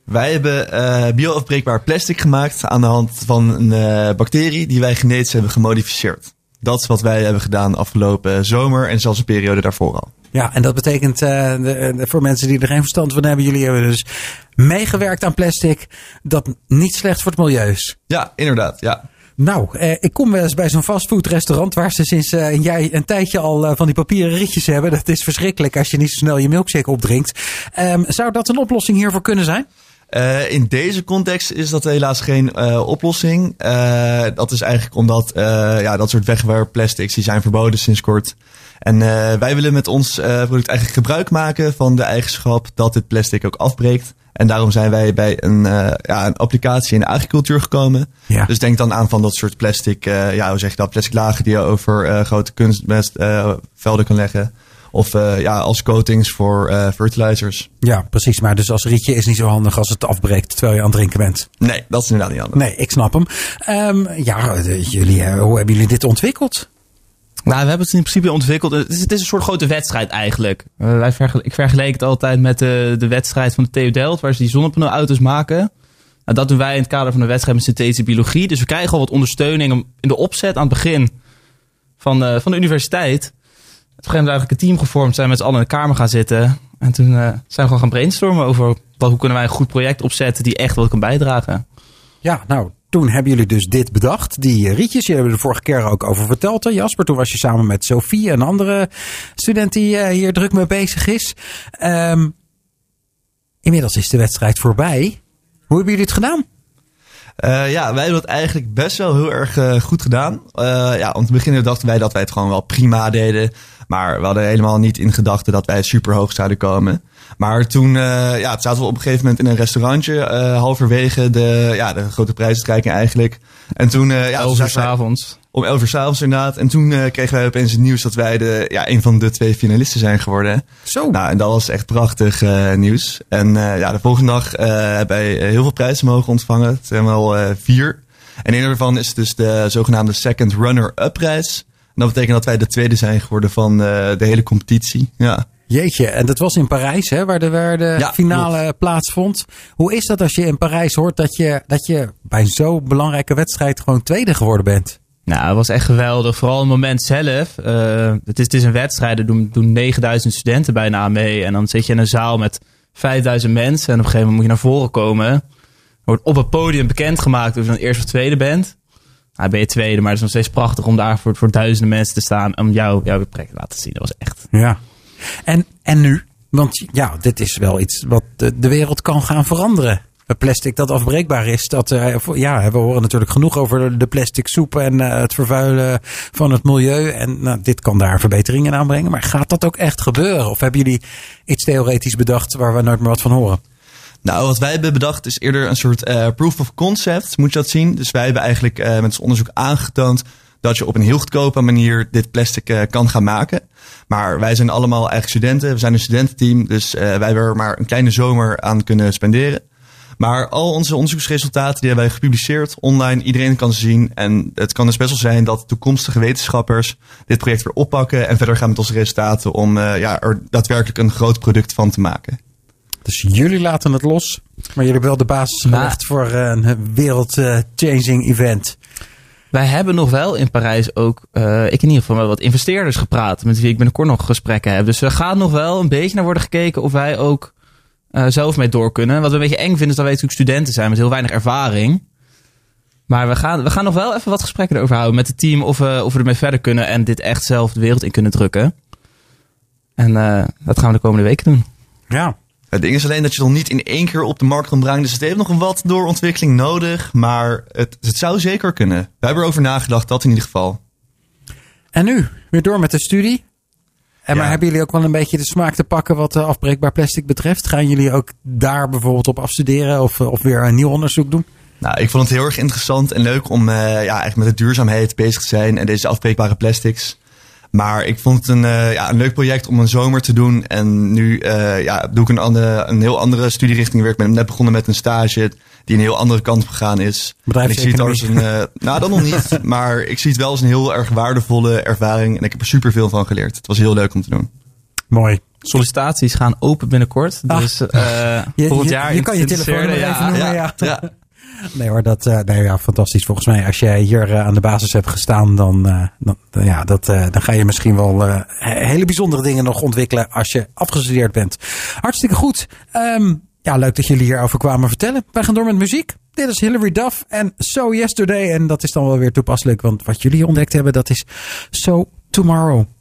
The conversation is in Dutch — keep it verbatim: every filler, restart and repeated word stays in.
Wij hebben uh, bio-afbreekbaar plastic gemaakt aan de hand van een uh, bacterie die wij genetisch hebben gemodificeerd. Dat is wat wij hebben gedaan afgelopen zomer en zelfs een periode daarvoor al. Ja, en dat betekent uh, de, de, voor mensen die er geen verstand van hebben, jullie hebben dus meegewerkt aan plastic dat niet slecht voor het milieu is. Ja, inderdaad, ja. Nou, eh, ik kom wel eens bij zo'n fastfoodrestaurant waar ze sinds uh, een, jaar, een tijdje al uh, van die papieren rietjes hebben. Dat is verschrikkelijk als je niet zo snel je milkshake opdrinkt. Um, zou dat een oplossing hiervoor kunnen zijn? Uh, in deze context is dat helaas geen uh, oplossing. Uh, dat is eigenlijk omdat uh, ja, dat soort wegwerpplastics die zijn verboden sinds kort. En uh, wij willen met ons uh, product eigenlijk gebruik maken van de eigenschap dat dit plastic ook afbreekt. En daarom zijn wij bij een, uh, ja, een applicatie in de agricultuur gekomen. Ja. Dus denk dan aan van dat soort plastic, uh, ja, hoe zeg je dat, plastic lagen die je over uh, grote kunstmestvelden uh, kan leggen. Of uh, ja, als coatings voor uh, fertilizers. Ja, precies. Maar dus als rietje is niet zo handig als het afbreekt terwijl je aan het drinken bent. Nee, dat is inderdaad niet handig. Nee, ik snap hem. Um, ja, jullie, uh, hoe hebben jullie dit ontwikkeld? Nou, we hebben het in principe ontwikkeld. Het is, het is een soort grote wedstrijd eigenlijk. Uh, wij vergel- ik vergeleek het altijd met de, de wedstrijd van de T U Delft, waar ze die zonnepaneelauto's maken. Nou, dat doen wij in het kader van de wedstrijd met synthetische biologie. Dus we krijgen al wat ondersteuning in de opzet aan het begin van, uh, van de universiteit. Op een gegeven moment eigenlijk een team gevormd, zijn met z'n allen in de kamer gaan zitten. En toen uh, zijn we gewoon gaan brainstormen over wat, hoe kunnen wij een goed project opzetten die echt wat kan bijdragen. Ja, nou, toen hebben jullie dus dit bedacht. Die rietjes, jullie hebben er de vorige keer ook over verteld, hè, Jasper. Toen was je samen met Sophie, een andere student die uh, hier druk mee bezig is. Um, inmiddels is de wedstrijd voorbij. Hoe hebben jullie het gedaan? Uh, ja, wij hebben dat eigenlijk best wel heel erg uh, goed gedaan. Uh, ja, om te beginnen dachten wij dat wij het gewoon wel prima deden. Maar we hadden helemaal niet in gedachten dat wij super hoog zouden komen. Maar toen, uh, ja, toen zaten we op een gegeven moment in een restaurantje. Uh, halverwege de, ja, de grote prijzenstrijking eigenlijk. En toen, uh, ja, elf uur 's avonds. Om elf uur 's avonds inderdaad. En toen uh, kregen wij opeens het nieuws dat wij de, ja, een van de twee finalisten zijn geworden. Zo. Nou, en dat was echt prachtig uh, nieuws. En uh, ja, de volgende dag uh, hebben wij heel veel prijzen mogen ontvangen. Het zijn wel uh, vier. En een daarvan is dus de zogenaamde Second Runner-Up prijs. En dat betekent dat wij de tweede zijn geworden van uh, de hele competitie. Ja. Jeetje, en dat was in Parijs, hè, waar de, waar de ja, finale klopt. plaatsvond. Hoe is dat als je in Parijs hoort dat je, dat je bij zo'n belangrijke wedstrijd gewoon tweede geworden bent? Nou, het was echt geweldig. Vooral het moment zelf. Uh, het, is, het is een wedstrijd, er doen, doen negenduizend studenten bijna aan mee. En dan zit je in een zaal met vijfduizend mensen. En op een gegeven moment moet je naar voren komen. Wordt op het podium bekendgemaakt of je dan eerst of tweede bent. Nou, ben je tweede, maar het is nog steeds prachtig om daar voor, voor duizenden mensen te staan. Om jou, jouw project te laten zien. Dat was echt. Ja. En, en nu? Want ja, dit is wel iets wat de, de wereld kan gaan veranderen. Het plastic dat afbreekbaar is. Dat, uh, ja, we horen natuurlijk genoeg over de plastic soep en uh, het vervuilen van het milieu. En nou, dit kan daar verbeteringen aan brengen. Maar gaat dat ook echt gebeuren? Of hebben jullie iets theoretisch bedacht waar we nooit meer wat van horen? Nou, wat wij hebben bedacht is eerder een soort uh, proof of concept, moet je dat zien. Dus wij hebben eigenlijk uh, met ons onderzoek aangetoond dat je op een heel goedkope manier dit plastic uh, kan gaan maken. Maar wij zijn allemaal eigenlijk studenten. We zijn een studententeam, dus uh, wij hebben er maar een kleine zomer aan kunnen spenderen. Maar al onze onderzoeksresultaten die hebben wij gepubliceerd online. Iedereen kan ze zien. En het kan dus best wel zijn dat toekomstige wetenschappers dit project weer oppakken en verder gaan met onze resultaten om uh, ja, er daadwerkelijk een groot product van te maken. Dus jullie laten het los, maar jullie hebben wel de basis gelegd voor een wereld-changing event. Wij hebben nog wel in Parijs ook, uh, ik in ieder geval wel wat investeerders gepraat, met wie ik binnenkort nog gesprekken heb. Dus er gaat nog wel een beetje naar worden gekeken of wij ook uh, zelf mee door kunnen. Wat we een beetje eng vinden is dat wij natuurlijk studenten zijn met heel weinig ervaring. Maar we gaan, we gaan nog wel even wat gesprekken erover houden met het team of we, of we ermee verder kunnen en dit echt zelf de wereld in kunnen drukken. En uh, dat gaan we de komende weken doen. Ja. Het ding is alleen dat je het nog niet in één keer op de markt kan brengen. Dus het heeft nog een wat doorontwikkeling nodig. Maar het, het zou zeker kunnen. We hebben erover nagedacht, dat in ieder geval. En nu? Weer door met de studie? En ja. Maar hebben jullie ook wel een beetje de smaak te pakken wat uh, afbreekbaar plastic betreft? Gaan jullie ook daar bijvoorbeeld op afstuderen of, of weer een nieuw onderzoek doen? Nou, ik vond het heel erg interessant en leuk om uh, ja, eigenlijk met de duurzaamheid bezig te zijn. En deze afbreekbare plastics. Maar ik vond het een, uh, ja, een leuk project om een zomer te doen. En nu uh, ja, doe ik een, andere, een heel andere studierichting weer. Ik ben net begonnen met een stage die een heel andere kant op gegaan is. En ik zie het als een, uh, nou, dat nog niet. Maar ik zie het wel als een heel erg waardevolle ervaring. En ik heb er super veel van geleerd. Het was heel leuk om te doen. Mooi. Sollicitaties gaan open binnenkort. Ah. Dus uh, Je, volgend je, jaar... je kan je telefoonnummer ja, even noemen. Ja. ja, ja. Nee hoor, dat, uh, nee, ja, fantastisch. Volgens mij, als jij hier uh, aan de basis hebt gestaan, dan, uh, dan, uh, ja, dat, uh, dan ga je misschien wel uh, hele bijzondere dingen nog ontwikkelen als je afgestudeerd bent. Hartstikke goed. Um, ja, leuk dat jullie hierover kwamen vertellen. Wij gaan door met muziek. Dit is Hilary Duff en So Yesterday. En dat is dan wel weer toepasselijk, want wat jullie ontdekt hebben, dat is So Tomorrow.